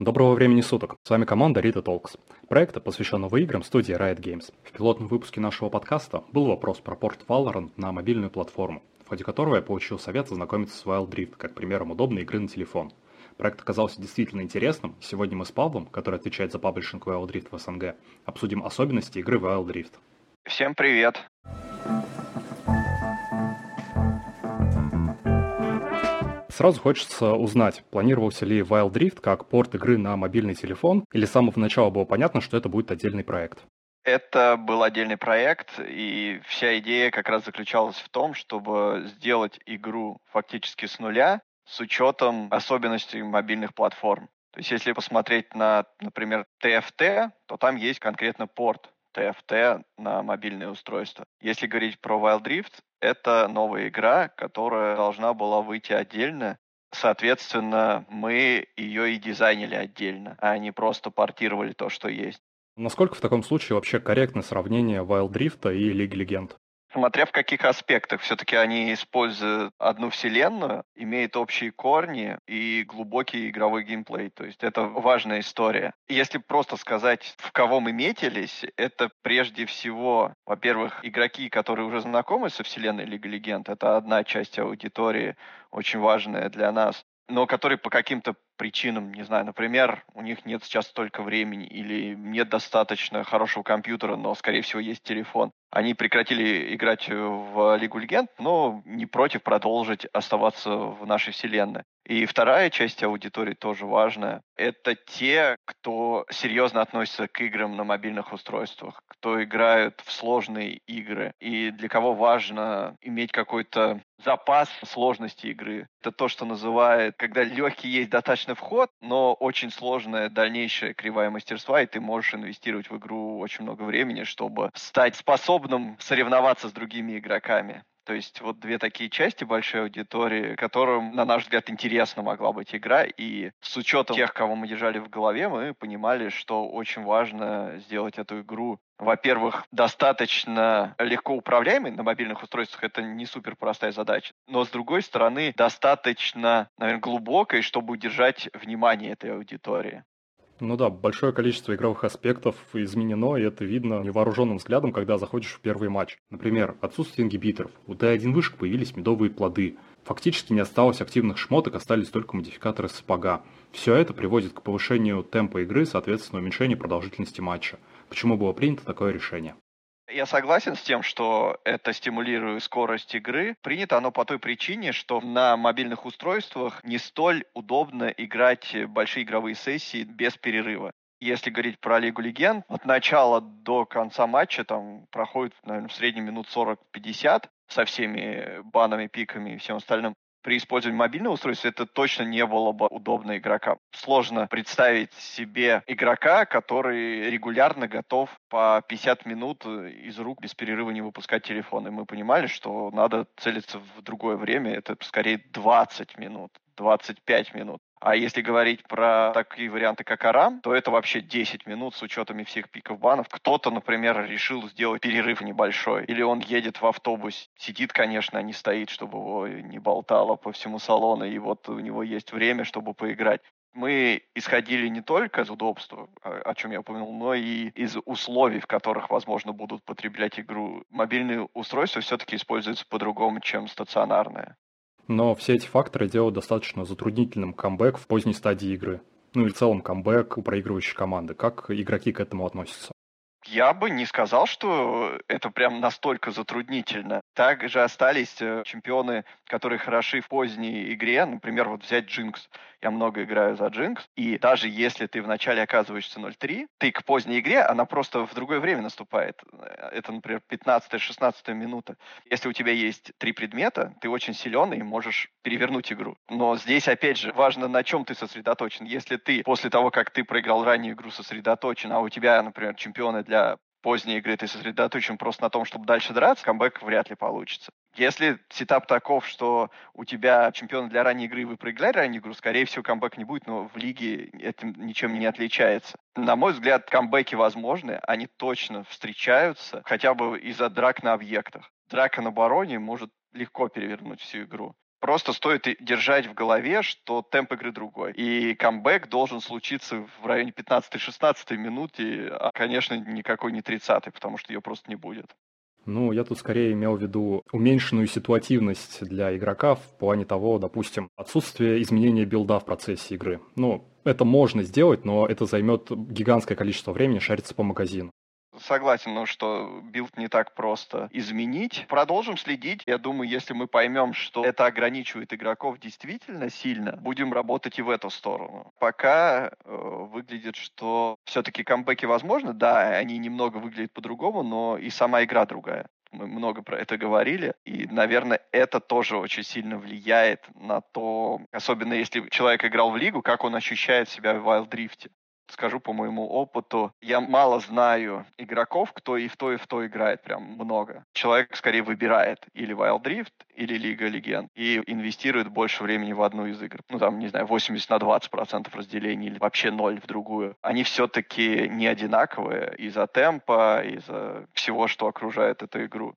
Доброго времени суток! С вами команда Rita Talks, проекта, посвященного играм студии Riot Games. В пилотном выпуске нашего подкаста был вопрос про порт Valorant на мобильную платформу, в ходе которого я получил совет ознакомиться с Wild Rift как примером удобной игры на телефон. Проект оказался действительно интересным, и сегодня мы с Павлом, который отвечает за паблишинг Wild Rift в СНГ, обсудим особенности игры Wild Rift. Всем привет! Сразу хочется узнать, планировался ли Wild Rift как порт игры на мобильный телефон, или с самого начала было понятно, что это будет отдельный проект? Это был отдельный проект, и вся идея как раз заключалась в том, чтобы сделать игру фактически с нуля, с учетом особенностей мобильных платформ. То есть если посмотреть на, например, TFT, то там есть конкретно порт TFT на мобильное устройство. Если говорить про Wild Rift, это новая игра, которая должна была выйти отдельно. Соответственно, мы ее и дизайнили отдельно, а не просто портировали то, что есть. Насколько в таком случае вообще корректно сравнение Wild Rift и League Legend? Смотря в каких аспектах. Все-таки они используют одну вселенную, имеют общие корни и глубокий игровой геймплей. То есть это важная история. Если просто сказать, в кого мы метились, это прежде всего, во-первых, игроки, которые уже знакомы со вселенной League Legend. Это одна часть аудитории, очень важная для нас, но которые по каким-то причинам, не знаю, например, у них нет сейчас столько времени или нет достаточно хорошего компьютера, но, скорее всего, есть телефон. Они прекратили играть в Лигу Легенд, но не против продолжить оставаться в нашей вселенной. И вторая часть аудитории тоже важная. Это те, кто серьезно относится к играм на мобильных устройствах, кто играют в сложные игры и для кого важно иметь какой-то запас сложности игры. Это то, что называют, когда легкий есть достаточно вход, но очень сложная дальнейшая кривая мастерства, и ты можешь инвестировать в игру очень много времени, чтобы стать способным соревноваться с другими игроками. То есть вот две такие части большой аудитории, которым, на наш взгляд, интересна могла быть игра, и с учетом тех, кого мы держали в голове, мы понимали, что очень важно сделать эту игру, во-первых, достаточно легко управляемой на мобильных устройствах, это не супер простая задача, но, с другой стороны, достаточно, наверное, глубокой, чтобы удержать внимание этой аудитории. Ну да, большое количество игровых аспектов изменено, и это видно невооруженным взглядом, когда заходишь в первый матч. Например, отсутствие ингибиторов. У Т1 вышек появились медовые плоды. Фактически не осталось активных шмоток, остались только модификаторы сапога. Все это приводит к повышению темпа игры, соответственно, уменьшению продолжительности матча. Почему было принято такое решение? Я согласен с тем, что это стимулирует скорость игры. Принято оно по той причине, что на мобильных устройствах не столь удобно играть большие игровые сессии без перерыва. Если говорить про Лигу Легенд, от начала до конца матча там проходит, наверное, в среднем минут 40-50 со всеми банами, пиками и всем остальным. При использовании мобильного устройства это точно не было бы удобно игрокам. Сложно представить себе игрока, который регулярно готов по 50 минут из рук без перерыва не выпускать телефон. И мы понимали, что надо целиться в другое время. Это скорее 20 минут, 25 минут. А если говорить про такие варианты, как Арам, то это вообще 10 минут с учетом всех пиков банов. Кто-то, например, решил сделать перерыв небольшой. Или он едет в автобус, сидит, конечно, а не стоит, чтобы его не болтало по всему салону, и вот у него есть время, чтобы поиграть. Мы исходили не только из удобства, о чем я упомянул, но и из условий, в которых, возможно, будут потреблять игру. Мобильные устройства все-таки используются по-другому, чем стационарные. Но все эти факторы делают достаточно затруднительным камбэк в поздней стадии игры. Ну и в целом камбэк у проигрывающей команды. Как игроки к этому относятся? Я бы не сказал, что это прям настолько затруднительно. Также остались чемпионы, которые хороши в поздней игре. Например, вот взять Джинкс. Я много играю за Джинкс. И даже если ты вначале оказываешься 0-3, ты к поздней игре, она просто в другое время наступает. Это, например, 15-16 минута. Если у тебя есть 3 предмета, ты очень силен и можешь перевернуть игру. Но здесь, опять же, важно, на чем ты сосредоточен. Если ты после того, как ты проиграл раннюю игру, сосредоточен, а у тебя, например, чемпионы для поздней игры, ты сосредоточен просто на том, чтобы дальше драться, камбэк вряд ли получится. Если сетап таков, что у тебя чемпионы для ранней игры, вы проиграли раннюю игру, скорее всего, камбэк не будет, но в лиге этим ничем не отличается. На мой взгляд, камбэки возможны, они точно встречаются, хотя бы из-за драк на объектах. Драка на бароне может легко перевернуть всю игру. Просто стоит и держать в голове, что темп игры другой. И камбэк должен случиться в районе 15-16 минуты, а, конечно, никакой не 30-й, потому что ее просто не будет. Ну, я тут скорее имел в виду уменьшенную ситуативность для игрока в плане того, допустим, отсутствие изменения билда в процессе игры. Ну, это можно сделать, но это займет гигантское количество времени шариться по магазину. Согласен, но что билд не так просто изменить. Продолжим следить. Я думаю, если мы поймем, что это ограничивает игроков действительно сильно, будем работать и в эту сторону. Пока выглядит, что все-таки камбэки возможны. Да, они немного выглядят по-другому, но и сама игра другая. Мы много про это говорили, и, наверное, это тоже очень сильно влияет на то, особенно если человек играл в лигу, как он ощущает себя в Wild Rift. Скажу по моему опыту, я мало знаю игроков, кто и в то играет прям много. Человек скорее выбирает или Wild Rift, или Лига Легенд, и инвестирует больше времени в одну из игр. Ну, там, не знаю, 80/20% разделения или вообще ноль в другую. Они все-таки не одинаковые из-за темпа, из-за всего, что окружает эту игру.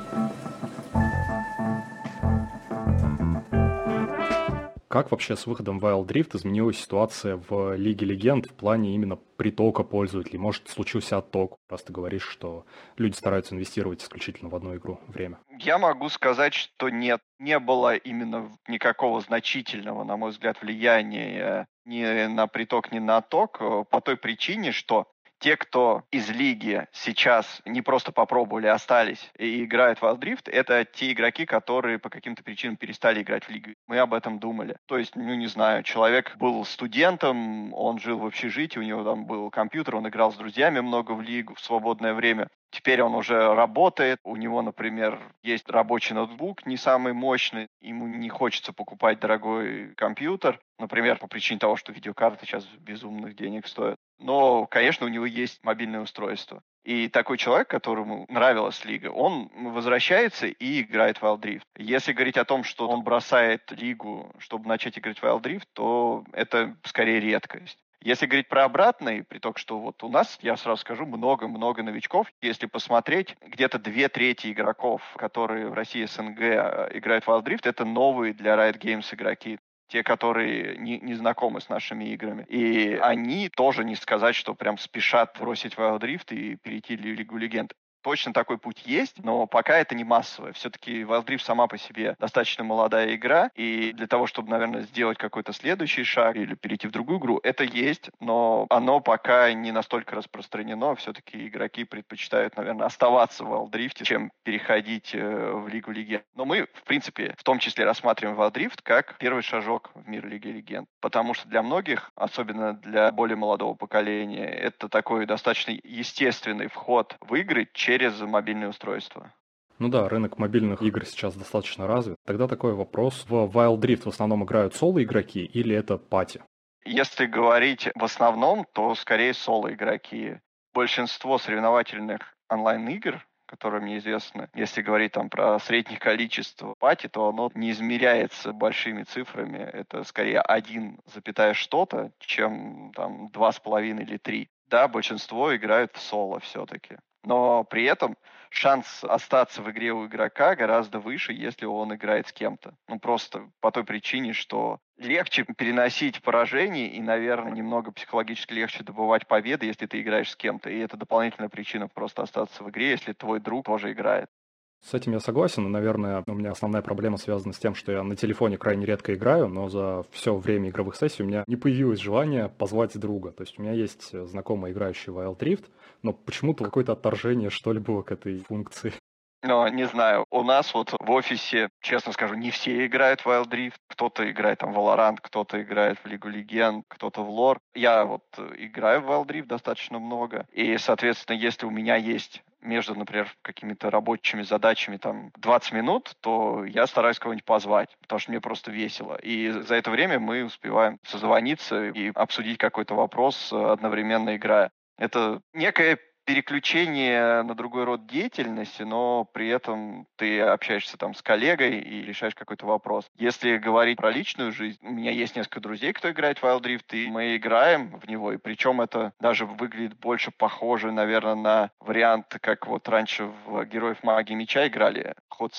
Как вообще с выходом Wild Rift изменилась ситуация в Лиге Легенд в плане именно притока пользователей? Может, случился отток, раз ты говоришь, что люди стараются инвестировать исключительно в одну игру время? Я могу сказать, что нет, не было именно никакого значительного, на мой взгляд, влияния ни на приток, ни на отток, по той причине, что те, кто из лиги сейчас не просто попробовали, остались и играют в Wild Rift, это те игроки, которые по каким-то причинам перестали играть в лигу. Мы об этом думали. То есть, ну не знаю, человек был студентом, он жил в общежитии, у него там был компьютер, он играл с друзьями много в лигу в свободное время. Теперь он уже работает, у него, например, есть рабочий ноутбук, не самый мощный, ему не хочется покупать дорогой компьютер, например, по причине того, что видеокарты сейчас безумных денег стоят. Но, конечно, у него есть мобильное устройство. И такой человек, которому нравилась лига, он возвращается и играет в Wild Rift. Если говорить о том, что он бросает лигу, чтобы начать играть в Wild Rift, то это скорее редкость. Если говорить про обратный приток, что вот у нас, я сразу скажу, много-много новичков. Если посмотреть, где-то 2/3 игроков, которые в России СНГ играют в Wild Rift, это новые для Riot Games игроки. Те, которые не знакомы с нашими играми. И они тоже не сказать, что прям спешат бросить Wild Rift и перейти в Лигу Легенд. Точно такой путь есть, но пока это не массовое. Все-таки Wild Rift сама по себе достаточно молодая игра, и для того, чтобы, наверное, сделать какой-то следующий шаг или перейти в другую игру, это есть, но оно пока не настолько распространено. Все-таки игроки предпочитают, наверное, оставаться в Wild Rift, чем переходить в Лигу Легенд. Но мы, в принципе, в том числе рассматриваем Wild Rift как первый шажок в мир Лиги Легенд. Потому что для многих, особенно для более молодого поколения, это такой достаточно естественный вход в игры через мобильное устройство. Ну да, рынок мобильных игр сейчас достаточно развит. Тогда такой вопрос. В Wild Rift в основном играют соло-игроки или это пати? Если говорить в основном, то скорее соло-игроки. Большинство соревновательных онлайн-игр, которые мне известны, если говорить там про среднее количество пати, то оно не измеряется большими цифрами. Это скорее 1, что-то, чем там 2,5 или 3. Да, большинство играют в соло все-таки. Но при этом шанс остаться в игре у игрока гораздо выше, если он играет с кем-то. Ну, просто по той причине, что легче переносить поражение и, наверное, немного психологически легче добывать победы, если ты играешь с кем-то. И это дополнительная причина просто остаться в игре, если твой друг тоже играет. С этим я согласен, но, наверное, у меня основная проблема связана с тем, что я на телефоне крайне редко играю, но за все время игровых сессий у меня не появилось желания позвать друга. То есть у меня есть знакомый, играющий в Wild Rift, но почему-то какое-то отторжение, что ли, было к этой функции. Но не знаю, у нас вот в офисе, честно скажу, не все играют в Wild Rift. Кто-то играет там в Valorant, кто-то играет в Лигу Легенд, кто-то в Лор. Я вот играю в Wild Rift достаточно много. И, соответственно, если у меня есть между, например, какими-то рабочими задачами там 20 минут, то я стараюсь кого-нибудь позвать, потому что мне просто весело. И за это время мы успеваем созвониться и обсудить какой-то вопрос, одновременно играя. Это некое переключение на другой род деятельности, но при этом ты общаешься там с коллегой и решаешь какой-то вопрос. Если говорить про личную жизнь, у меня есть несколько друзей, кто играет в Wild Rift, и мы играем в него, и причем это даже выглядит больше похоже, наверное, на вариант, как вот раньше в Героев Магии Меча играли Hot Seat.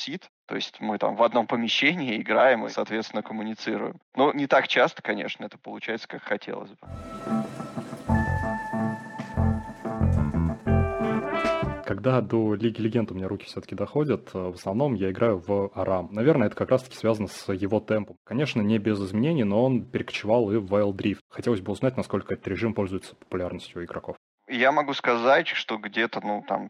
То есть мы там в одном помещении играем и, соответственно, коммуницируем. Но не так часто, конечно, это получается, как хотелось бы. Когда до Лиги Легенд у меня руки все-таки доходят, в основном я играю в Арам. Наверное, это как раз-таки связано с его темпом. Конечно, не без изменений, но он перекочевал и в Wild Rift. Хотелось бы узнать, насколько этот режим пользуется популярностью у игроков. Я могу сказать, что где-то,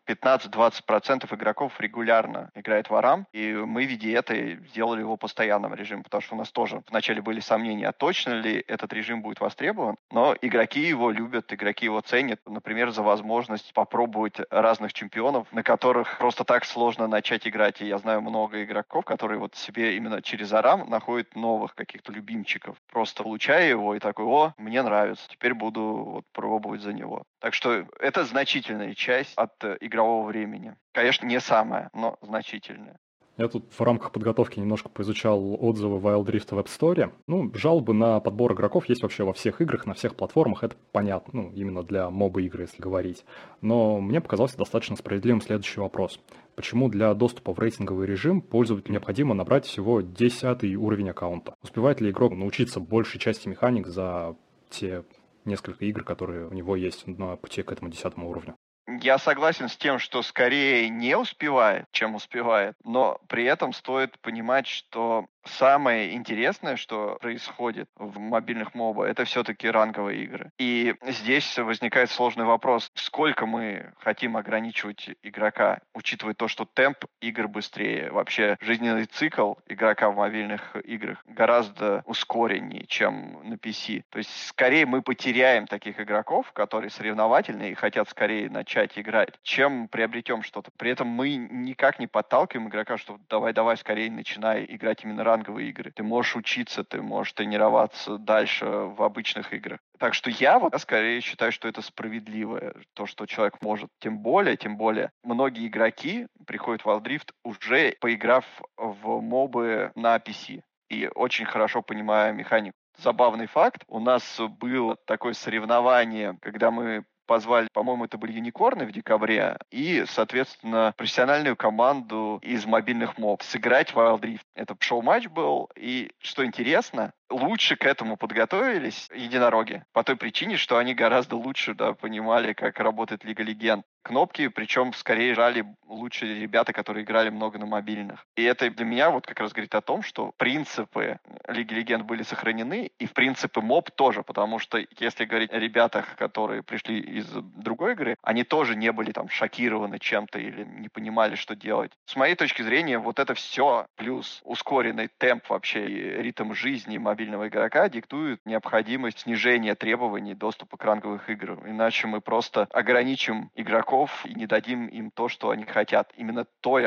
15-20% игроков регулярно играет в Арам, и мы в виде это сделали его постоянным режимом, потому что у нас тоже вначале были сомнения, а точно ли этот режим будет востребован, но игроки его любят, игроки его ценят, например, за возможность попробовать разных чемпионов, на которых просто так сложно начать играть, и я знаю много игроков, которые вот себе именно через Арам находят новых каких-то любимчиков, просто получая его и такой: о, мне нравится, теперь буду вот пробовать за него. Так что это значительная часть от игрового времени. Конечно, не самая, но значительная. Я тут в рамках подготовки немножко поизучал отзывы Wild Rift в App Store. Жалобы на подбор игроков есть вообще во всех играх, на всех платформах, это понятно, именно для моба-игр, если говорить. Но мне показался достаточно справедливым следующий вопрос. Почему для доступа в рейтинговый режим пользователю необходимо набрать всего 10-й уровень аккаунта? Успевает ли игрок научиться большей части механик за те несколько игр, которые у него есть на пути к этому 10-му уровню? Я согласен с тем, что скорее не успевает, чем успевает, но при этом стоит понимать, что самое интересное, что происходит в мобильных моба, это все-таки ранговые игры. И здесь возникает сложный вопрос, сколько мы хотим ограничивать игрока, учитывая то, что темп игр быстрее. Вообще жизненный цикл игрока в мобильных играх гораздо ускореннее, чем на PC. То есть скорее мы потеряем таких игроков, которые соревновательные и хотят скорее начать играть, чем приобретем что-то. При этом мы никак не подталкиваем игрока, что давай, скорее начинай играть именно ранговые игры. Ты можешь учиться, ты можешь тренироваться дальше в обычных играх. Так что я скорее считаю, что это справедливое, то, что человек может. Тем более, многие игроки приходят в Wild Rift, уже поиграв в мобы на PC. И очень хорошо понимая механику. Забавный факт. У нас было такое соревнование, когда мы позвали, по-моему, это были юникорны в декабре, и, соответственно, профессиональную команду из мобильных моб сыграть в Wild Rift. Это шоу-матч был, и, что интересно, лучше к этому подготовились единороги, по той причине, что они гораздо лучше понимали, как работает Лига Легенд. Кнопки, причем скорее жали лучше ребята, которые играли много на мобильных. И это для меня как раз говорит о том, что принципы Лиги Легенд были сохранены, и в принципы моб тоже, потому что если говорить о ребятах, которые пришли из другой игры, они тоже не были шокированы чем-то или не понимали, что делать. С моей точки зрения, это все, плюс ускоренный темп вообще и ритм жизни мобильного игрока диктует необходимость снижения требований доступа к ранговым играм. Иначе мы просто ограничим игроков и не дадим им то, что они хотят. Именно той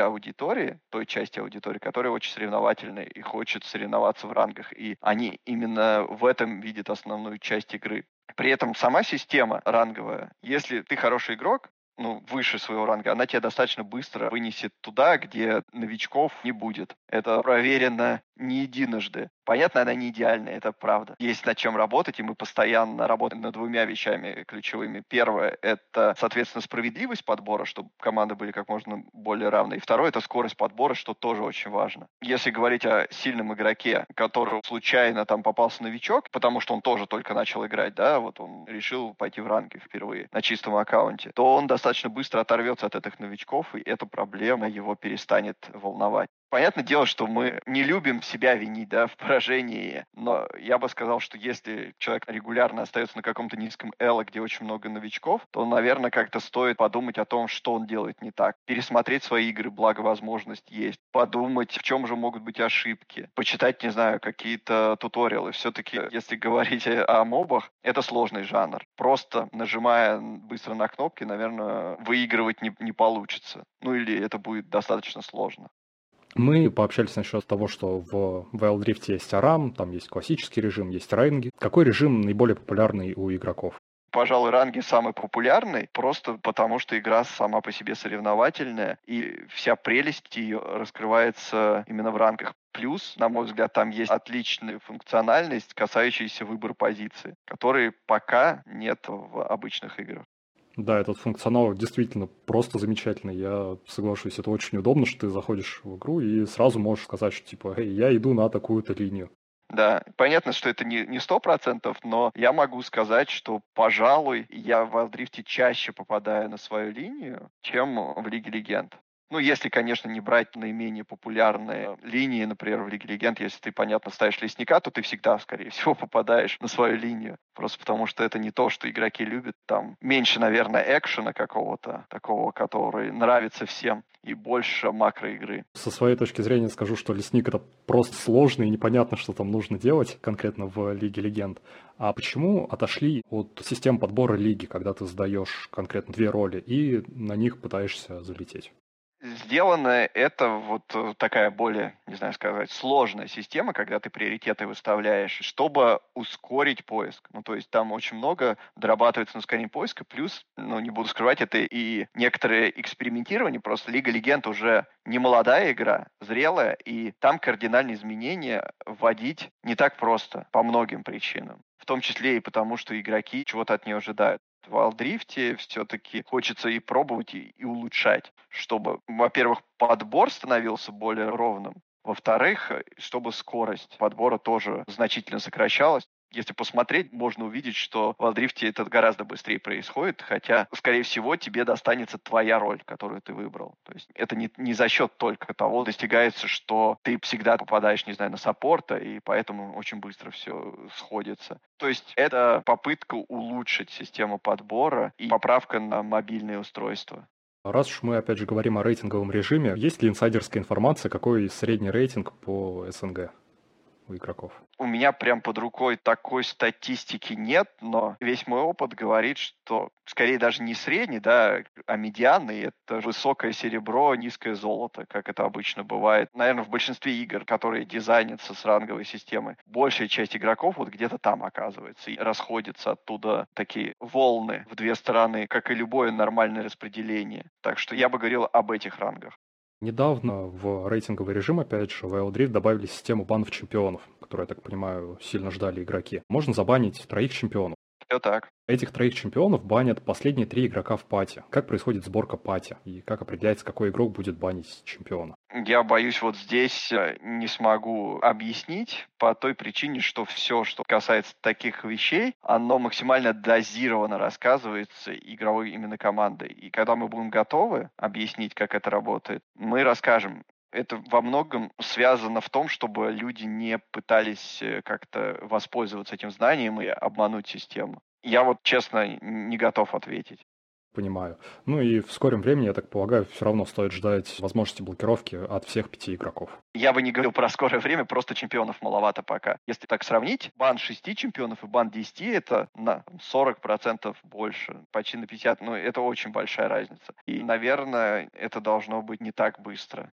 части аудитории, которая очень соревновательная и хочет соревноваться в рангах. И они именно в этом видят основную часть игры. При этом сама система ранговая, если ты хороший игрок, выше своего ранга, она тебя достаточно быстро вынесет туда, где новичков не будет. Это проверено не единожды. Понятно, она не идеальная, это правда. Есть над чем работать, и мы постоянно работаем над двумя вещами ключевыми. Первое — это, соответственно, справедливость подбора, чтобы команды были как можно более равны. И второе — это скорость подбора, что тоже очень важно. Если говорить о сильном игроке, который случайно попался новичок, потому что он тоже только начал играть, он решил пойти в ранги впервые на чистом аккаунте, то он достаточно быстро оторвется от этих новичков, и эта проблема его перестанет волновать. Понятное дело, что мы не любим себя винить, в поражении, но я бы сказал, что если человек регулярно остается на каком-то низком эло, где очень много новичков, то, наверное, как-то стоит подумать о том, что он делает не так. Пересмотреть свои игры, благо возможность есть. Подумать, в чем же могут быть ошибки. Почитать, не знаю, какие-то туториалы. Все-таки, если говорить о мобах, это сложный жанр. Просто нажимая быстро на кнопки, наверное, выигрывать не получится. Или это будет достаточно сложно. Мы пообщались насчет того, что в Wild Rift есть ARAM, там есть классический режим, есть рейнги. Какой режим наиболее популярный у игроков? Пожалуй, ранги самый популярный, просто потому что игра сама по себе соревновательная, и вся прелесть ее раскрывается именно в рангах. Плюс, на мой взгляд, там есть отличная функциональность, касающаяся выбора позиции, которой пока нет в обычных играх. Да, этот функционал действительно просто замечательный. Я соглашусь, это очень удобно, что ты заходишь в игру и сразу можешь сказать, что типа, «Эй, я иду на такую-то линию». Да, понятно, что это не 100%, но я могу сказать, что, пожалуй, я в Wild Rift чаще попадаю на свою линию, чем в Лиге Легенд. Ну, если, конечно, не брать наименее популярные линии, например, в Лиге Легенд, если ты, понятно, ставишь лесника, то ты всегда, скорее всего, попадаешь на свою линию. Просто потому что это не то, что игроки любят. Там меньше, наверное, экшена какого-то, такого, который нравится всем, и больше макроигры. Со своей точки зрения скажу, что лесник это просто сложно и непонятно, что там нужно делать конкретно в Лиге Легенд. А почему отошли от систем подбора лиги, когда ты задаешь конкретно две роли и на них пытаешься залететь? Сделано это вот такая более, не знаю сказать, сложная система, когда ты приоритеты выставляешь, чтобы ускорить поиск. Ну, то есть там очень много дорабатывается на ускорение поиска, плюс, ну, не буду скрывать, это и некоторые экспериментирование, просто Лига Легенд уже не молодая игра, зрелая, и там кардинальные изменения вводить не так просто по многим причинам. В том числе и потому, что игроки чего-то от нее ожидают. В Wild Rift все-таки хочется и пробовать, и улучшать, чтобы, во-первых, подбор становился более ровным, во-вторых, чтобы скорость подбора тоже значительно сокращалась. Если посмотреть, можно увидеть, что в Wild Rift это гораздо быстрее происходит, хотя, скорее всего, тебе достанется твоя роль, которую ты выбрал. То есть это не за счет только того достигается, что ты всегда попадаешь, не знаю, на саппорта, и поэтому очень быстро все сходится. То есть это попытка улучшить систему подбора и поправка на мобильные устройства. Раз уж мы опять же говорим о рейтинговом режиме, есть ли инсайдерская информация, какой средний рейтинг по СНГ у игроков? У меня прям под рукой такой статистики нет, но весь мой опыт говорит, что скорее даже не средний, да, а медианный — это высокое серебро, низкое золото, как это обычно бывает. Наверное, в большинстве игр, которые дизайнятся с ранговой системой, большая часть игроков вот где-то там оказывается и расходятся оттуда такие волны в две стороны, как и любое нормальное распределение. Так что я бы говорил об этих рангах. Недавно в рейтинговый режим, опять же, в Wild Rift добавили систему банов чемпионов, которую, я так понимаю, сильно ждали игроки. Можно забанить троих чемпионов. Все так. Этих троих чемпионов банят последние три игрока в пати. Как происходит сборка пати? И как определяется, какой игрок будет банить чемпиона? Я боюсь, вот здесь не смогу объяснить по той причине, что все, что касается таких вещей, оно максимально дозированно рассказывается игровой именно командой. И когда мы будем готовы объяснить, как это работает, мы расскажем. Это во многом связано в том, чтобы люди не пытались как-то воспользоваться этим знанием и обмануть систему. Я вот, честно, не готов ответить. Понимаю. Ну и в скором времени, я так полагаю, все равно стоит ждать возможности блокировки от всех пяти игроков. Я бы не говорил про скорое время, просто чемпионов маловато пока. Если так сравнить, бан 6 чемпионов и бан 10 это на 40% больше, почти на 50, ну это очень большая разница. И, наверное, это должно быть не так быстро.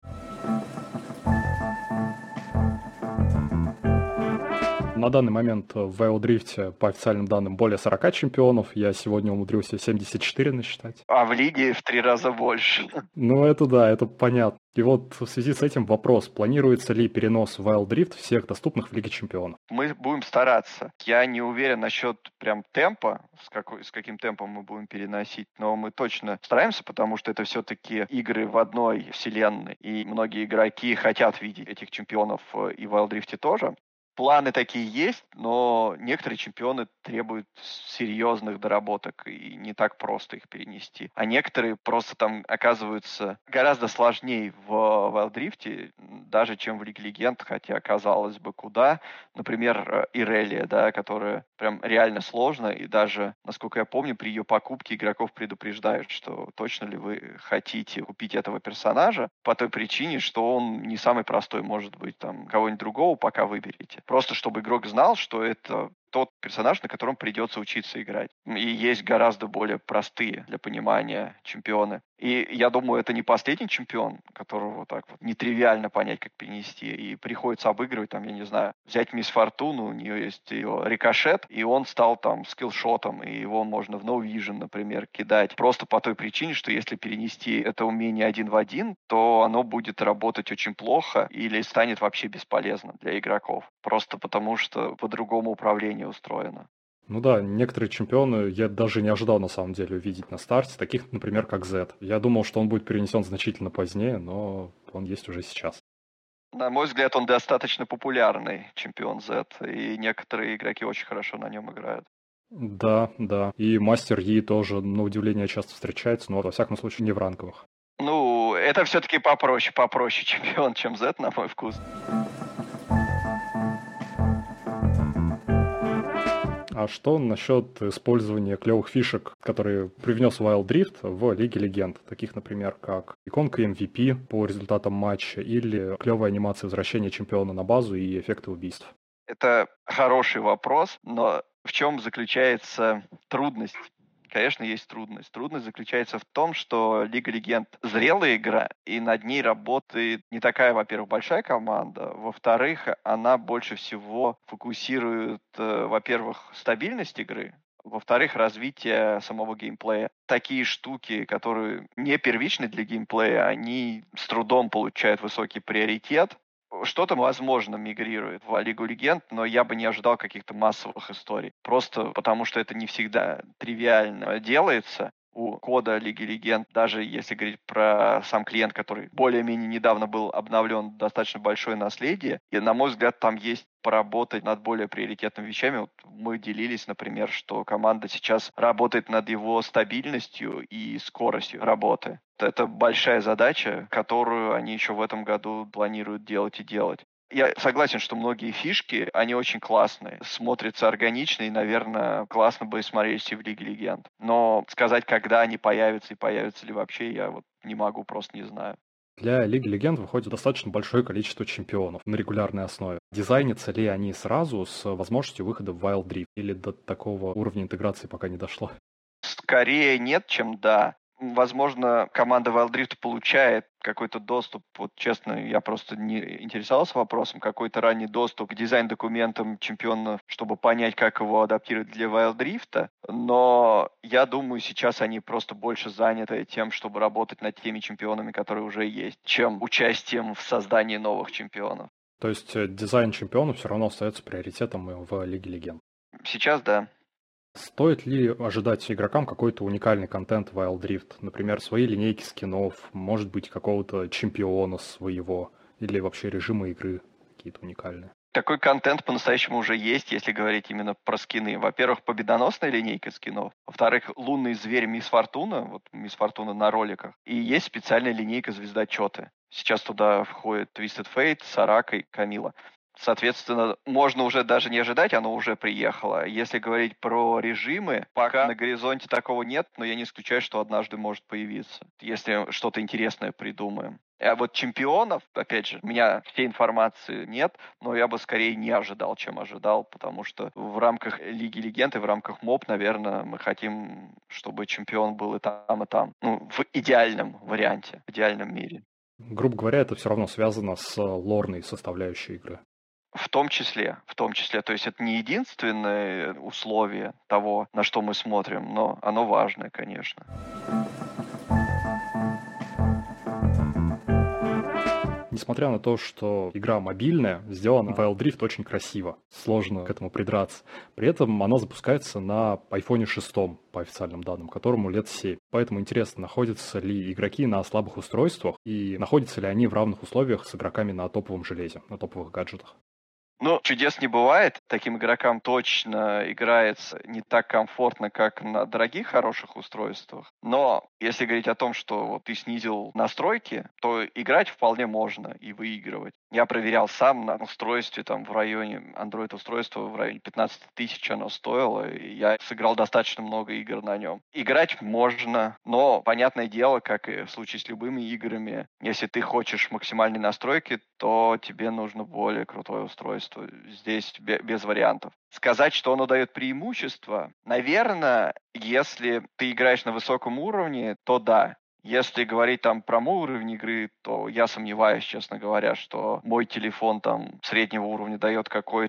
На данный момент в Wild Rift, по официальным данным, более 40 чемпионов. Я сегодня умудрился 74 насчитать. А в лиге в 3 раза больше. Ну, это да, это понятно. И вот в связи с этим вопрос, планируется ли перенос в Wild Rift всех доступных в Лиге Чемпионов? Мы будем стараться. Я не уверен насчет прям темпа, с каким темпом мы будем переносить, но мы точно стараемся, потому что это все-таки игры в одной вселенной, и многие игроки хотят видеть этих чемпионов и в Wild Rift тоже. Планы такие есть, но некоторые чемпионы требуют серьезных доработок, и не так просто их перенести. А некоторые просто там оказываются гораздо сложнее в Wild Rift, даже чем в Лиге Легенд, хотя, казалось бы, куда. Например, Ирелия, да, которая прям реально сложно, и даже, насколько я помню, при ее покупке игроков предупреждают, что точно ли вы хотите купить этого персонажа, по той причине, что он не самый простой, может быть, там, кого-нибудь другого пока выберете. Просто чтобы игрок знал, что это тот персонаж, на котором придется учиться играть. И есть гораздо более простые для понимания чемпионы. И я думаю, это не последний чемпион, которого вот так вот нетривиально понять, как перенести. И приходится обыгрывать, там, я не знаю, взять Мисс Фортуну, у нее есть ее рикошет, и он стал там скиллшотом, и его можно в No Vision, например, кидать. Просто по той причине, что если перенести это умение один в один, то оно будет работать очень плохо или станет вообще бесполезно для игроков. Просто потому, что по-другому управление устроено. Ну да, некоторые чемпионы я даже не ожидал на самом деле увидеть на старте, таких, например, как Z. Я думал, что он будет перенесен значительно позднее, но он есть уже сейчас. На мой взгляд, он достаточно популярный чемпион Z, и некоторые игроки очень хорошо на нем играют. Да, да. И мастер Yi тоже, на удивление, часто встречается, но во всяком случае не в ранговых. Ну, это все-таки попроще чемпион, чем Z, на мой вкус. А что насчет использования клевых фишек, которые привнес Wild Rift в Лиге Легенд? Таких, например, как иконка MVP по результатам матча или клевая анимация возвращения чемпиона на базу и эффекты убийств? Это хороший вопрос, но в чем заключается трудность? Конечно, есть трудность. Трудность заключается в том, что Лига Легенд зрелая игра, и над ней работает не такая, во-первых, большая команда, во-вторых, она больше всего фокусирует, во-первых, стабильность игры, во-вторых, развитие самого геймплея. Такие штуки, которые не первичны для геймплея, они с трудом получают высокий приоритет. Что-то, возможно, мигрирует в Лигу Легенд, но я бы не ожидал каких-то массовых историй. Просто потому, что это не всегда тривиально делается. У кода Лиги Легенд, даже если говорить про сам клиент, который более-менее недавно был обновлен, достаточно большое наследие. И, на мой взгляд, там есть поработать над более приоритетными вещами. Вот мы делились, например, что команда сейчас работает над его стабильностью и скоростью работы. Это большая задача, которую они еще в этом году планируют делать и делать. Я согласен, что многие фишки, они очень классные, смотрятся органично и, наверное, классно бы смотрелись и в Лиге Легенд. Но сказать, когда они появятся и появятся ли вообще, я вот не могу, просто не знаю. Для Лиги Легенд выходит достаточно большое количество чемпионов на регулярной основе. Дизайнятся ли они сразу с возможностью выхода в Wild Rift? Или до такого уровня интеграции пока не дошло? Скорее нет, чем да. Возможно, команда Wild Rift получает какой-то доступ, вот честно, я просто не интересовался вопросом, какой-то ранний доступ к дизайн-документам чемпиона, чтобы понять, как его адаптировать для Wild Rift, но я думаю, сейчас они просто больше заняты тем, чтобы работать над теми чемпионами, которые уже есть, чем участием в создании новых чемпионов. То есть дизайн чемпиона все равно остается приоритетом и в Лиге Легенд. Сейчас да. Стоит ли ожидать игрокам какой-то уникальный контент в Wild Rift? Например, свои линейки скинов, может быть, какого-то чемпиона своего, или вообще режимы игры какие-то уникальные? Такой контент по-настоящему уже есть, если говорить именно про скины. Во-первых, победоносная линейка скинов. Во-вторых, лунный зверь Мисс Фортуна, вот Мисс Фортуна на роликах. И есть специальная линейка звездочеты. Сейчас туда входит Twisted Fate, Сарака и Камила. Соответственно, можно уже даже не ожидать, оно уже приехало. Если говорить про режимы, пока на горизонте такого нет, но я не исключаю, что однажды может появиться, если что-то интересное придумаем. А вот чемпионов, опять же, у меня всей информации нет, но я бы скорее не ожидал, чем ожидал, потому что в рамках Лиги Легенд и в рамках МОБ, наверное, мы хотим, чтобы чемпион был и там, и там. Ну, в идеальном варианте, в идеальном мире. Грубо говоря, это все равно связано с лорной составляющей игры. В том числе, то есть это не единственное условие того, на что мы смотрим, но оно важное, конечно. Несмотря на то, что игра мобильная, сделана Wild Rift очень красиво, сложно к этому придраться. При этом она запускается на iPhone 6, по официальным данным, которому лет 7. Поэтому интересно, находятся ли игроки на слабых устройствах и находятся ли они в равных условиях с игроками на топовом железе, на топовых гаджетах. Ну, чудес не бывает. Таким игрокам точно играется не так комфортно, как на дорогих, хороших устройствах. Но если говорить о том, что вот ты снизил настройки, то играть вполне можно и выигрывать. Я проверял сам на устройстве, там в районе, Android-устройства в районе 15 тысяч оно стоило, и я сыграл достаточно много игр на нем. Играть можно, но, понятное дело, как и в случае с любыми играми, если ты хочешь максимальной настройки, то тебе нужно более крутое устройство. Здесь без вариантов. Сказать, что оно дает преимущество, наверное, если ты играешь на высоком уровне, то да. Если говорить там про мой уровень игры, то я сомневаюсь, честно говоря, что мой телефон там среднего уровня дает какое-то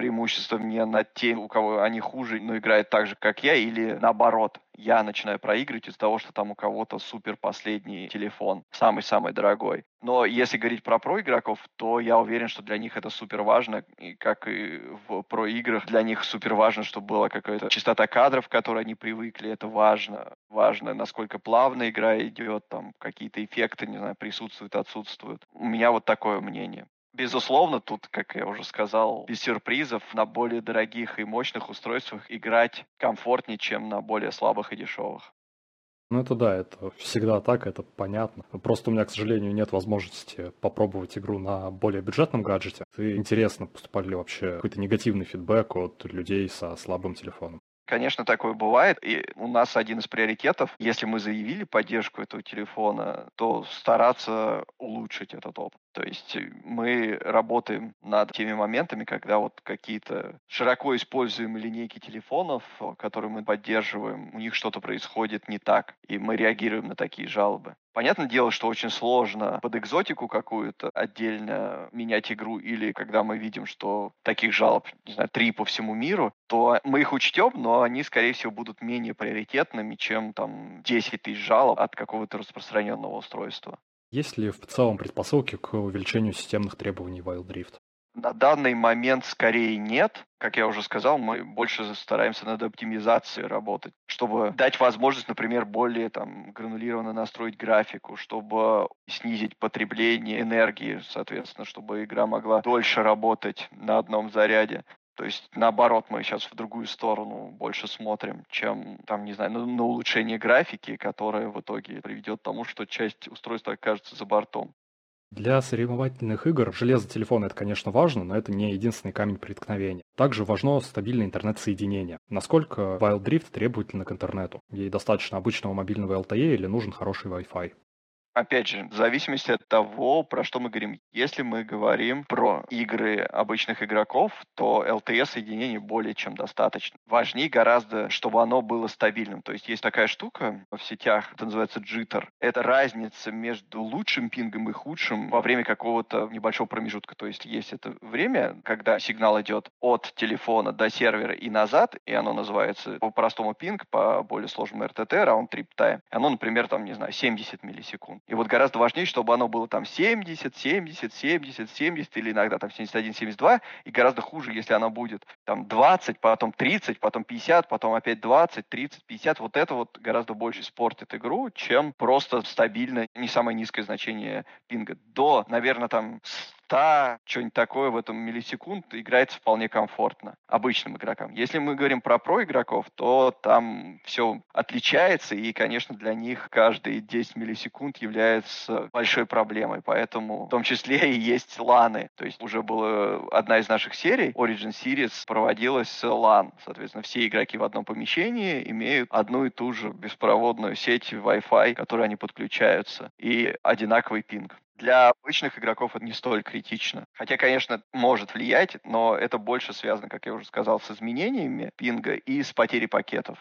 преимущество не над тем, у кого они хуже, но играют так же, как я, или наоборот. Я начинаю проигрывать из-за того, что там у кого-то супер последний телефон, самый-самый дорогой. Но если говорить про про-игроков, то я уверен, что для них это супер важно, и как и в про-играх, для них супер важно, чтобы была какая-то частота кадров, к которой они привыкли, это важно. Важно, насколько плавно игра идет, там какие-то эффекты, не знаю, присутствуют, отсутствуют. У меня вот такое мнение. Безусловно, тут, как я уже сказал, без сюрпризов, на более дорогих и мощных устройствах играть комфортнее, чем на более слабых и дешевых. Ну это да, это всегда так, это понятно. Просто у меня, к сожалению, нет возможности попробовать игру на более бюджетном гаджете. И интересно, поступали ли вообще какой-то негативный фидбэк от людей со слабым телефоном? Конечно, такое бывает. И у нас один из приоритетов, если мы заявили поддержку этого телефона, то стараться улучшить этот опыт. То есть мы работаем над теми моментами, когда вот какие-то широко используемые линейки телефонов, которые мы поддерживаем, у них что-то происходит не так, и мы реагируем на такие жалобы. Понятное дело, что очень сложно под экзотику какую-то отдельно менять игру, или когда мы видим, что таких жалоб, не знаю, 3 по всему миру, то мы их учтем, но они, скорее всего, будут менее приоритетными, чем там 10 тысяч жалоб от какого-то распространенного устройства. Есть ли в целом предпосылки к увеличению системных требований Wild Rift? На данный момент скорее нет. Как я уже сказал, мы больше стараемся над оптимизацией работать, чтобы дать возможность, например, более там гранулированно настроить графику, чтобы снизить потребление энергии, соответственно, чтобы игра могла дольше работать на одном заряде. То есть, наоборот, мы сейчас в другую сторону больше смотрим, чем, там, не знаю, на улучшение графики, которое в итоге приведет к тому, что часть устройства окажется за бортом. Для соревновательных игр железо телефона это, конечно, важно, но это не единственный камень преткновения. Также важно стабильное интернет-соединение. Насколько Wild Rift требовательна к интернету? Ей достаточно обычного мобильного LTE или нужен хороший Wi-Fi? Опять же, в зависимости от того, про что мы говорим. Если мы говорим про игры обычных игроков, то LTE-соединение более чем достаточно. Важнее гораздо, чтобы оно было стабильным. То есть есть такая штука в сетях, это называется jitter. Это разница между лучшим пингом и худшим во время какого-то небольшого промежутка. То есть есть это время, когда сигнал идет от телефона до сервера и назад, и оно называется по-простому пинг, по более сложному RTT, Round Trip Time. Оно, например, там, не знаю, 70 миллисекунд. И вот гораздо важнее, чтобы оно было там 70, 70, 70, 70 или иногда там 71, 72. И гораздо хуже, если оно будет там 20, потом 30, потом 50, потом опять 20, 30, 50. Вот это вот гораздо больше испортит игру, чем просто стабильно не самое низкое значение пинга. До, наверное, там 100, что-нибудь такое в этом миллисекунд играется вполне комфортно обычным игрокам. Если мы говорим про про-игроков, то там все отличается, и, конечно, для них каждые 10 миллисекунд является большой проблемой, поэтому в том числе и есть ланы. То есть уже была одна из наших серий, Origin Series, проводилась с LAN. Соответственно, все игроки в одном помещении имеют одну и ту же беспроводную сеть Wi-Fi, к которой они подключаются, и одинаковый пинг. Для обычных игроков это не столь критично. Хотя, конечно, может влиять, но это больше связано, как я уже сказал, с изменениями пинга и с потерей пакетов.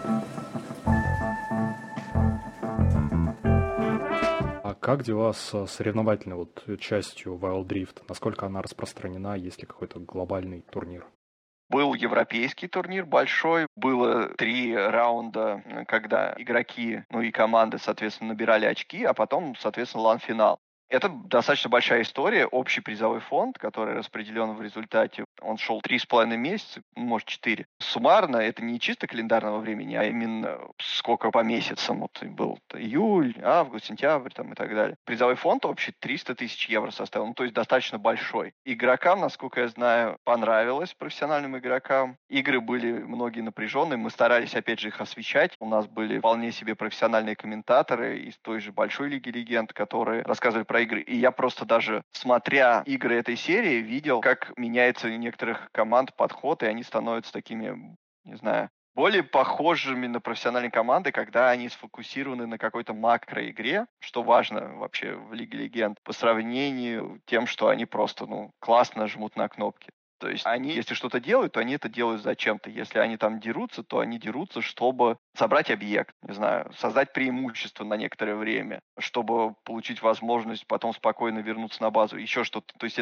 А как дела с соревновательной частью Wild Rift? Насколько она распространена, есть ли какой-то глобальный турнир? Был европейский турнир большой, было 3 раунда, когда игроки, ну и команды, соответственно, набирали очки, а потом, соответственно, лан-финал. Это достаточно большая история. Общий призовой фонд, который распределен в результате, он шел 3,5 месяца, может 4. Суммарно это не чисто календарного времени, а именно сколько по месяцам. Вот был июль, август, сентябрь там, и так далее. Призовой фонд общий 300 тысяч евро составил, ну то есть достаточно большой. Игрокам, насколько я знаю, понравилось, профессиональным игрокам. Игры были многие напряженные, мы старались опять же их освещать. У нас были вполне себе профессиональные комментаторы из той же большой лиги легенд, которые рассказывали про игры. И я просто даже, смотря игры этой серии, видел, как меняется у некоторых команд подход, и они становятся такими, не знаю, более похожими на профессиональные команды, когда они сфокусированы на какой-то макроигре, что важно вообще в Лиге Легенд, по сравнению с тем, что они просто, классно жмут на кнопки. То есть они, если что-то делают, то они это делают зачем-то. Если они там дерутся, то они дерутся, чтобы забрать объект, не знаю, создать преимущество на некоторое время, чтобы получить возможность потом спокойно вернуться на базу, еще что-то. То есть это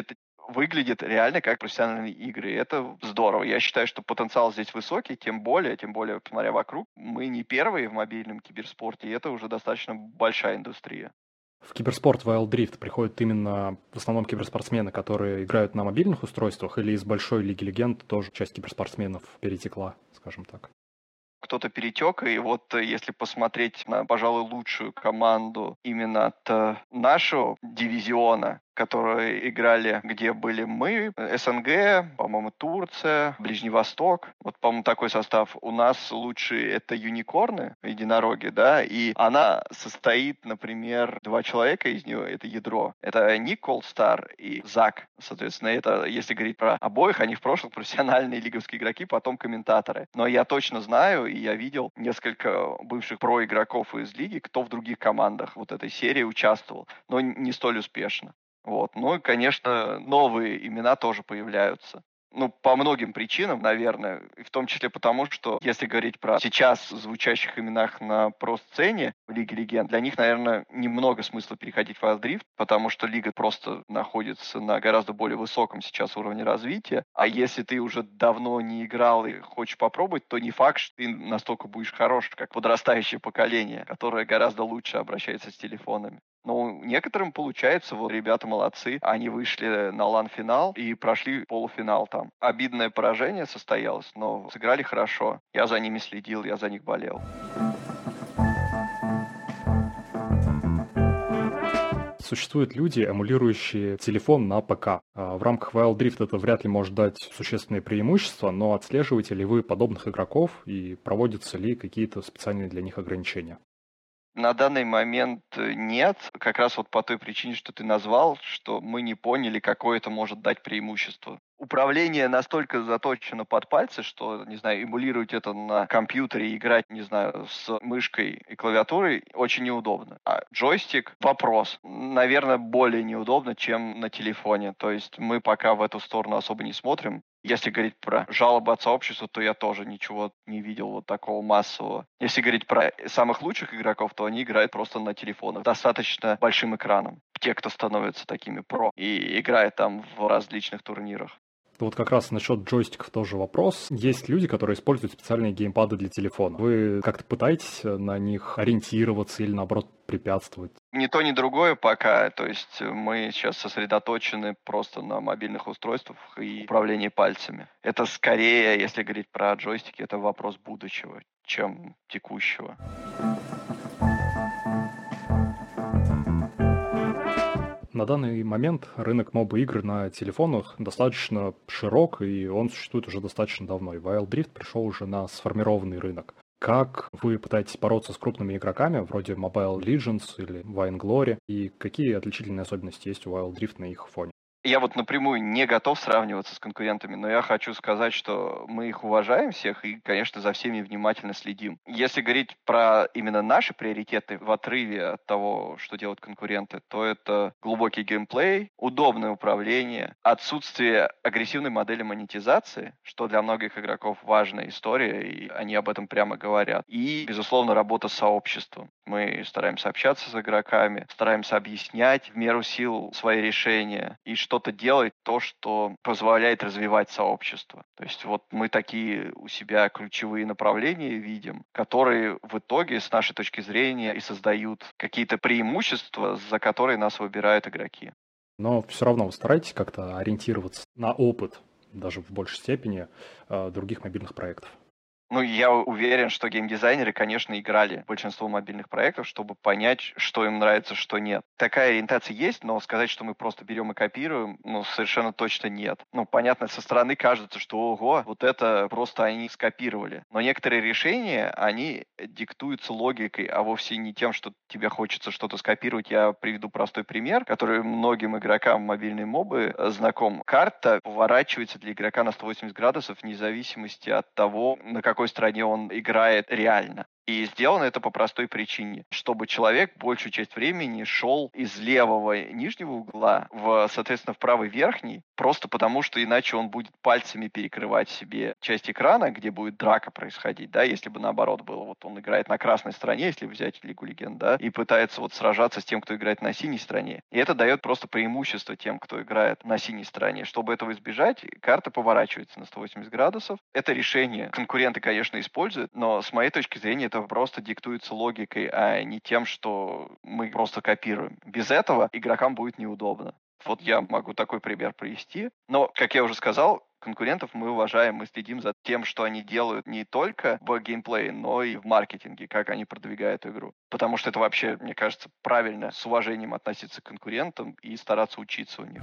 выглядит реально как профессиональные игры. И это здорово. Я считаю, что потенциал здесь высокий, тем более, посмотря вокруг, мы не первые в мобильном киберспорте, и это уже достаточно большая индустрия. В киберспорт Wild Rift приходят именно в основном киберспортсмены, которые играют на мобильных устройствах, или из большой Лиги Легенд тоже часть киберспортсменов перетекла, скажем так? Кто-то перетек, и вот если посмотреть на, пожалуй, лучшую команду именно от нашего дивизиона, которые играли, где были мы, СНГ, по-моему, Турция, Ближний Восток. Вот, по-моему, такой состав. У нас лучшие это юникорны, единороги, да, и она состоит, например, два человека из нее, это ядро. Это Ник Колдстар и Зак. Соответственно, это, если говорить про обоих, они в прошлом профессиональные лиговские игроки, потом комментаторы. Но я точно знаю, и я видел несколько бывших про-игроков из лиги, кто в других командах вот этой серии участвовал, но не столь успешно. Вот. Ну и, конечно, новые имена тоже появляются. Ну, по многим причинам, наверное, и в том числе потому, что если говорить про сейчас звучащих именах на про-сцене в Лиге Легенд, для них, наверное, немного смысла переходить в Wild Rift, потому что Лига просто находится на гораздо более высоком сейчас уровне развития. А если ты уже давно не играл и хочешь попробовать, то не факт, что ты настолько будешь хорош, как подрастающее поколение, которое гораздо лучше обращается с телефонами. Ну, некоторым получается, вот ребята молодцы, они вышли на LAN-финал и прошли полуфинал там. Обидное поражение состоялось, но сыграли хорошо. Я за ними следил, я за них болел. Существуют люди, эмулирующие телефон на ПК. В рамках Wild Rift это вряд ли может дать существенные преимущества, но отслеживаете ли вы подобных игроков и проводятся ли какие-то специальные для них ограничения? На данный момент нет, как раз вот по той причине, что ты назвал, что мы не поняли, какое это может дать преимущество. Управление настолько заточено под пальцы, что, не знаю, эмулировать это на компьютере и играть, не знаю, с мышкой и клавиатурой очень неудобно. А джойстик — вопрос. Наверное, более неудобно, чем на телефоне. То есть мы пока в эту сторону особо не смотрим. Если говорить про жалобы от сообщества, то я тоже ничего не видел вот такого массового. Если говорить про самых лучших игроков, то они играют просто на телефонах, достаточно большим экраном. Те, кто становятся такими про и играют там в различных турнирах. Вот как раз насчет джойстиков тоже вопрос. Есть люди, которые используют специальные геймпады для телефона. Вы как-то пытаетесь на них ориентироваться или, наоборот, препятствовать? Ни то, ни другое пока. То есть мы сейчас сосредоточены просто на мобильных устройствах и управлении пальцами. Это скорее, если говорить про джойстики, это вопрос будущего, чем текущего. На данный момент рынок моба-игр на телефонах достаточно широк, и он существует уже достаточно давно. И Wild Rift пришел уже на сформированный рынок. Как вы пытаетесь бороться с крупными игроками, вроде Mobile Legends или Vainglory, и какие отличительные особенности есть у Wild Rift на их фоне? Я вот напрямую не готов сравниваться с конкурентами, но я хочу сказать, что мы их уважаем всех и, конечно, за всеми внимательно следим. Если говорить про именно наши приоритеты в отрыве от того, что делают конкуренты, то это глубокий геймплей, удобное управление, отсутствие агрессивной модели монетизации, что для многих игроков важная история, и они об этом прямо говорят. И, безусловно, работа с сообществом. Мы стараемся общаться с игроками, стараемся объяснять в меру сил свои решения и что-то делать, то, что позволяет развивать сообщество. То есть вот мы такие у себя ключевые направления видим, которые в итоге, с нашей точки зрения, и создают какие-то преимущества, за которые нас выбирают игроки. Но все равно вы стараетесь как-то ориентироваться на опыт, даже в большей степени, других мобильных проектов. Ну, я уверен, что геймдизайнеры, конечно, играли в большинство мобильных проектов, чтобы понять, что им нравится, что нет. Такая ориентация есть, но сказать, что мы просто берем и копируем, ну, совершенно точно нет. Ну, понятно, со стороны кажется, что ого, вот это просто они скопировали. Но некоторые решения, они диктуются логикой, а вовсе не тем, что тебе хочется что-то скопировать. Я приведу простой пример, который многим игрокам мобильной мобы знаком. Карта поворачивается для игрока на 180 градусов вне зависимости от того, на какой стороне он играет реально. И сделано это по простой причине, чтобы человек большую часть времени шел из левого нижнего угла соответственно, в правый верхний, просто потому что иначе он будет пальцами перекрывать себе часть экрана, где будет драка происходить, да, если бы наоборот было, вот он играет на красной стороне, если взять Лигу Легенд, да, и пытается вот сражаться с тем, кто играет на синей стороне. И это дает просто преимущество тем, кто играет на синей стороне. Чтобы этого избежать, карта поворачивается на 180 градусов. Это решение конкуренты, конечно, используют, но с моей точки зрения это просто диктуется логикой, а не тем, что мы просто копируем. Без этого игрокам будет неудобно. Вот я могу такой пример привести. Но, как я уже сказал, конкурентов мы уважаем, мы следим за тем, что они делают не только в геймплее, но и в маркетинге, как они продвигают игру. Потому что это вообще, мне кажется, правильно с уважением относиться к конкурентам и стараться учиться у них.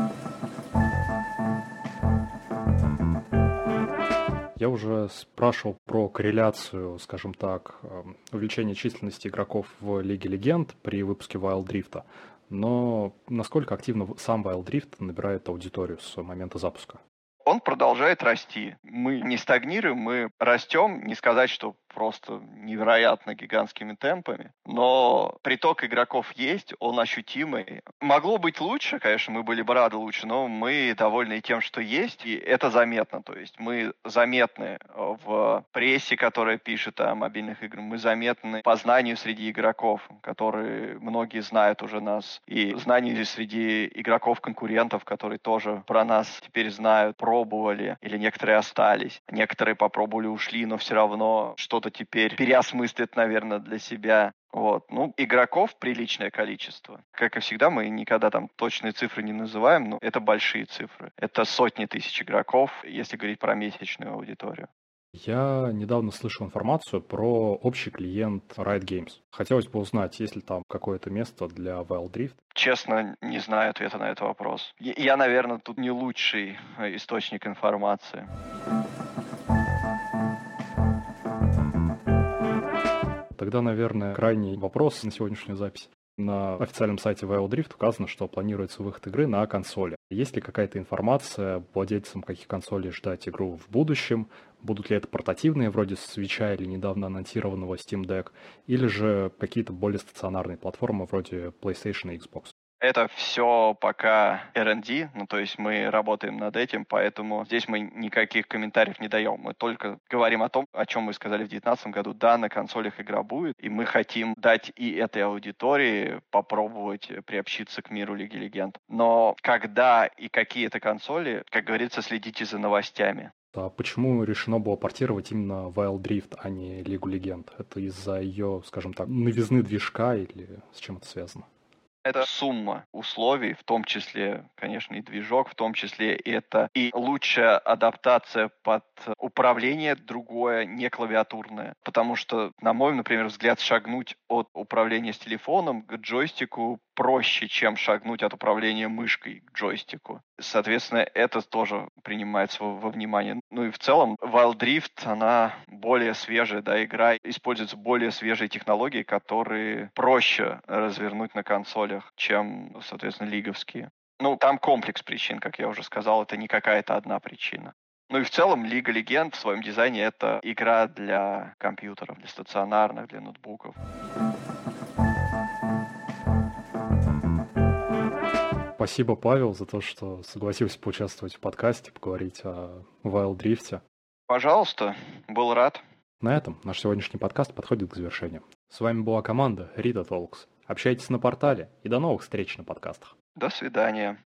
Я уже спрашивал про корреляцию, скажем так, увеличения численности игроков в Лиге Легенд при выпуске Wild Rift, но насколько активно сам Wild Rift набирает аудиторию с момента запуска? Он продолжает расти. Мы не стагнируем, мы растем. Не сказать, что просто невероятно гигантскими темпами. Но приток игроков есть, он ощутимый. Могло быть лучше, конечно, мы были бы рады лучше, но мы довольны тем, что есть, и это заметно. То есть мы заметны в прессе, которая пишет о мобильных играх, мы заметны по знанию среди игроков, которые многие знают уже нас, и знанию среди игроков-конкурентов, которые тоже про нас теперь знают, пробовали, или некоторые остались. Некоторые попробовали, ушли, но все равно что-то теперь переосмыслят, наверное, для себя. Вот. Ну, игроков приличное количество. Как и всегда, мы никогда там точные цифры не называем, но это большие цифры. Это сотни тысяч игроков, если говорить про месячную аудиторию. Я недавно слышал информацию про общий клиент Riot Games. Хотелось бы узнать, есть ли там какое-то место для Wild Rift? Честно, не знаю ответа на этот вопрос. Я, наверное, тут не лучший источник информации. Тогда, наверное, крайний вопрос на сегодняшнюю запись. На официальном сайте Wild Rift указано, что планируется выход игры на консоли. Есть ли какая-то информация владельцам каких консолей ждать игру в будущем? Будут ли это портативные, вроде Switch или недавно анонсированного Steam Deck? Или же какие-то более стационарные платформы вроде PlayStation и Xbox? Это все пока R&D, ну то есть мы работаем над этим, поэтому здесь мы никаких комментариев не даем. Мы только говорим о том, о чем мы сказали в 2019 году. Да, на консолях игра будет, и мы хотим дать и этой аудитории попробовать приобщиться к миру Лиги Легенд. Но когда и какие это консоли, как говорится, следите за новостями. А почему решено было портировать именно Wild Rift, а не Лигу Легенд? Это из-за ее, скажем так, новизны движка или с чем это связано? Это сумма условий, в том числе, конечно, и движок, в том числе это и лучшая адаптация под управление другое, не клавиатурное. Потому что, на мой, например, взгляд, шагнуть от управления с телефоном к джойстику проще, чем шагнуть от управления мышкой к джойстику. Соответственно, это тоже принимается во внимание. Ну и в целом, Wild Rift, она более свежая, да, игра, используются более свежие технологии, которые проще развернуть на консолях, чем, соответственно, лиговские. Ну, там комплекс причин, как я уже сказал, это не какая-то одна причина. Ну и в целом Лига Легенд в своем дизайне это игра для компьютеров, для стационарных, для ноутбуков. Спасибо, Павел, за то, что согласился поучаствовать в подкасте, поговорить о Wild Rift. Пожалуйста, был рад. На этом наш сегодняшний подкаст подходит к завершению. С вами была команда Rita Talks. Общайтесь на портале и до новых встреч на подкастах. До свидания.